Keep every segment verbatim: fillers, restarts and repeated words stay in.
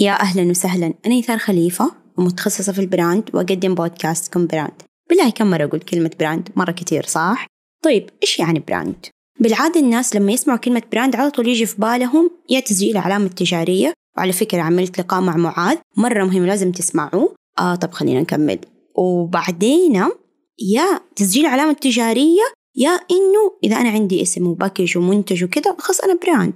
يا أهلا وسهلا، أنا إيثار خليفة ومتخصصة في البراند وأقدم بودكاست كم براند. بالله كم مرة أقول كلمة براند؟ مرة كتير صح؟ طيب إيش يعني براند؟ بالعادة الناس لما يسمعوا كلمة براند على طول يجي في بالهم يا تسجيل علامة تجارية، وعلى فكرة عملت لقاء مع معاذ مرة مهم لازم تسمعوه. آه طب خلينا نكمل. وبعدين يا تسجيل علامة تجارية يا إنه إذا أنا عندي اسم وباكج ومنتج وكذا خلاص أنا براند.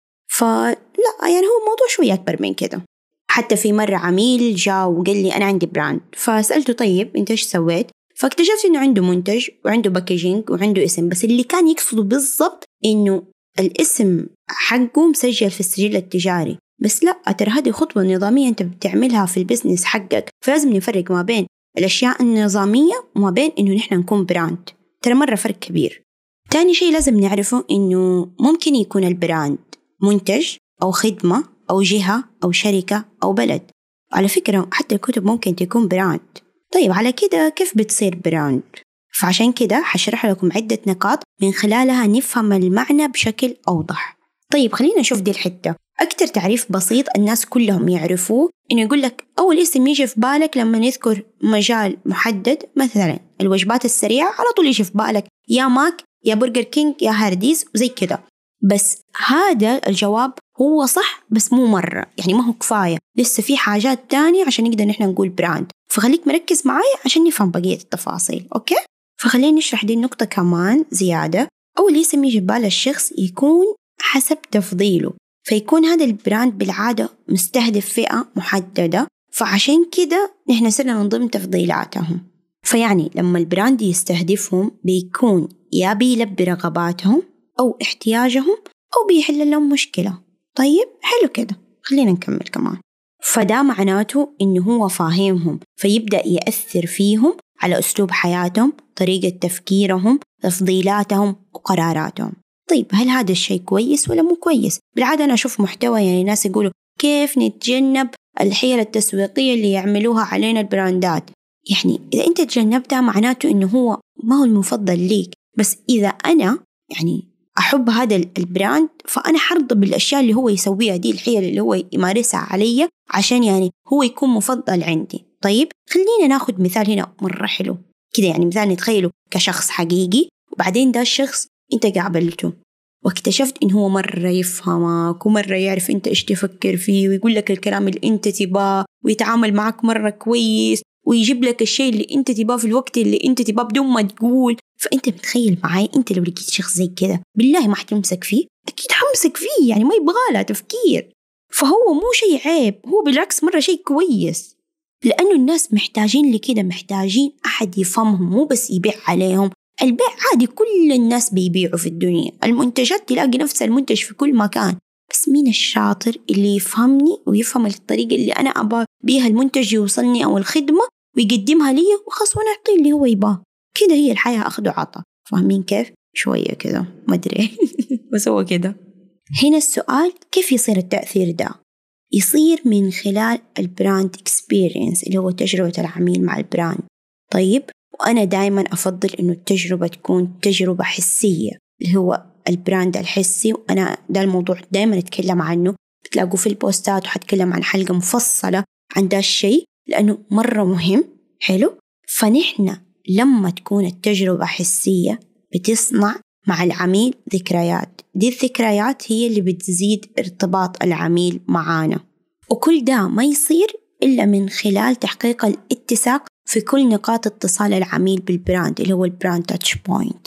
فلا يعني هو موضوع شوية أكبر من كده. حتى في مرة عميل جاء وقال لي أنا عندي براند، فسألته طيب أنت إيش سويت؟ فاكتشفت إنه عنده منتج وعنده باكجينج وعنده اسم، بس اللي كان يقصده بالضبط إنه الاسم حقه مسجل في السجل التجاري. بس لا، ترى هذه خطوة نظامية أنت بتعملها في البزنس حقك، فلازم نفرق ما بين الأشياء النظامية وما بين إنه نحن نكون براند. ترى مرة فرق كبير. تاني شيء لازم نعرفه إنه ممكن يكون البراند منتج أو خدمة أو جهة أو شركة أو بلد. على فكرة حتى الكتب ممكن تكون براند. طيب على كده كيف بتصير براند؟ فعشان كده حشرح لكم عدة نقاط من خلالها نفهم المعنى بشكل أوضح. طيب خلينا نشوف دي الحتة. أكتر تعريف بسيط الناس كلهم يعرفوه إنه يقول لك أول اسم يجي في بالك لما نذكر مجال محدد، مثلا الوجبات السريعة على طول يجي في بالك يا ماك يا برجر كينج يا هارديز وزي كده. بس هذا الجواب هو صح بس مو مرة، يعني ما هو كفاية، لسه في حاجات تانية عشان نقدر نحن نقول براند. فخليك مركز معايا عشان نفهم بقية التفاصيل. أوكي؟ فخلينا نشرح دي النقطة كمان زيادة. أول اسم يجي ببال الشخص يكون حسب تفضيله، فيكون هذا البراند بالعادة مستهدف فئة محددة، فعشان كده نحن صرنا من ضمن تفضيلاتهم. فيعني لما البراند يستهدفهم بيكون يا بيلبي رغباتهم أو احتياجهم أو بيحل لهم مشكلة. طيب حلو كده، خلينا نكمل كمان. فده معناته إنه هو فاهمهم، فيبدأ يأثر فيهم على أسلوب حياتهم، طريقة تفكيرهم، تفضيلاتهم وقراراتهم. طيب هل هذا الشيء كويس ولا مو كويس؟ بالعادة أنا أشوف محتوى يعني ناس يقولوا كيف نتجنب الحيل التسويقية اللي يعملوها علينا البراندات. يعني إذا أنت تجنبتها معناته إنه هو ما هو المفضل ليك. بس إذا أنا يعني أحب هذا البراند فأنا حرضى بالأشياء اللي هو يسويها، دي الحيل اللي هو يمارسها علي عشان يعني هو يكون مفضل عندي. طيب خلينا ناخد مثال هنا مرة حلو كده، يعني مثال نتخيله كشخص حقيقي، وبعدين ده الشخص أنت قابلته واكتشفت إنه هو مرة يفهمك ومرة يعرف أنت إيش تفكر فيه ويقول لك الكلام اللي أنت تباه ويتعامل معك مرة كويس ويجيب لك الشيء اللي أنت تباه في الوقت اللي أنت تباه بدون ما تقول. فأنت متخيل معاي أنت لو لقيت شخص زي كده بالله ما حتمسك فيه؟ أكيد حمسك فيه، يعني ما يبغى له تفكير. فهو مو شيء عيب، هو بالعكس مرة شيء كويس، لأنه الناس محتاجين لكده، محتاجين أحد يفهمهم مو بس يبيع عليهم. البيع عادي كل الناس بيبيعوا في الدنيا، المنتجات تلاقي نفس المنتج في كل مكان، بس مين الشاطر اللي يفهمني ويفهم الطريقة اللي أنا أبغى بيها المنتج يوصلني أو الخدمة ويقدمها لي وخلاص وأنا أعطيه اللي هو يباه. كده هي الحياة، أخذ وعطا. فاهمين كيف؟ شوية كده ما أدري بس هو كده. هنا السؤال كيف يصير التأثير ده؟ يصير من خلال البراند اكسبيرينس اللي هو تجربة العميل مع البراند. طيب وأنا دائما أفضل إنه التجربة تكون تجربة حسية اللي هو البراند الحسي، وأنا ده الموضوع دائما أتكلم عنه، بتلاقوا في البوستات وحتكلم عن حلقة مفصلة عن ده الشيء لأنه مرة مهم. حلو. فنحن لما تكون التجربة حسية بتصنع مع العميل ذكريات، دي الذكريات هي اللي بتزيد ارتباط العميل معانا، وكل ده ما يصير إلا من خلال تحقيق الاتساق في كل نقاط اتصال العميل بالبراند اللي هو البراند تاتش بوينت.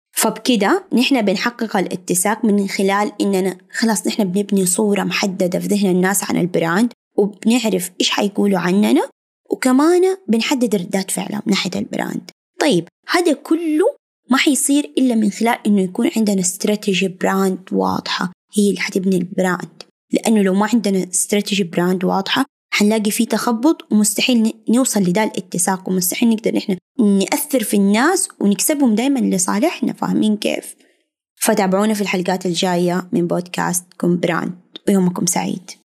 فبكده نحن بنحقق الاتساق من خلال إننا خلاص نحن بنبني صورة محددة في ذهن الناس عن البراند، وبنعرف إيش حيقولوا عننا، وكمان بنحدد ردات فعلهم ناحية البراند. طيب هذا كله ما حيصير إلا من خلال إنه يكون عندنا استراتيجي براند واضحة هي اللي حتبني البراند، لأنه لو ما عندنا استراتيجي براند واضحة حنلاقي فيه تخبط ومستحيل نوصل لذا الاتساق، ومستحيل نقدر نحن نأثر في الناس ونكسبهم دايما لصالحنا. فاهمين كيف؟ فتابعونا في الحلقات الجاية من بودكاست كم براند، ويومكم سعيد.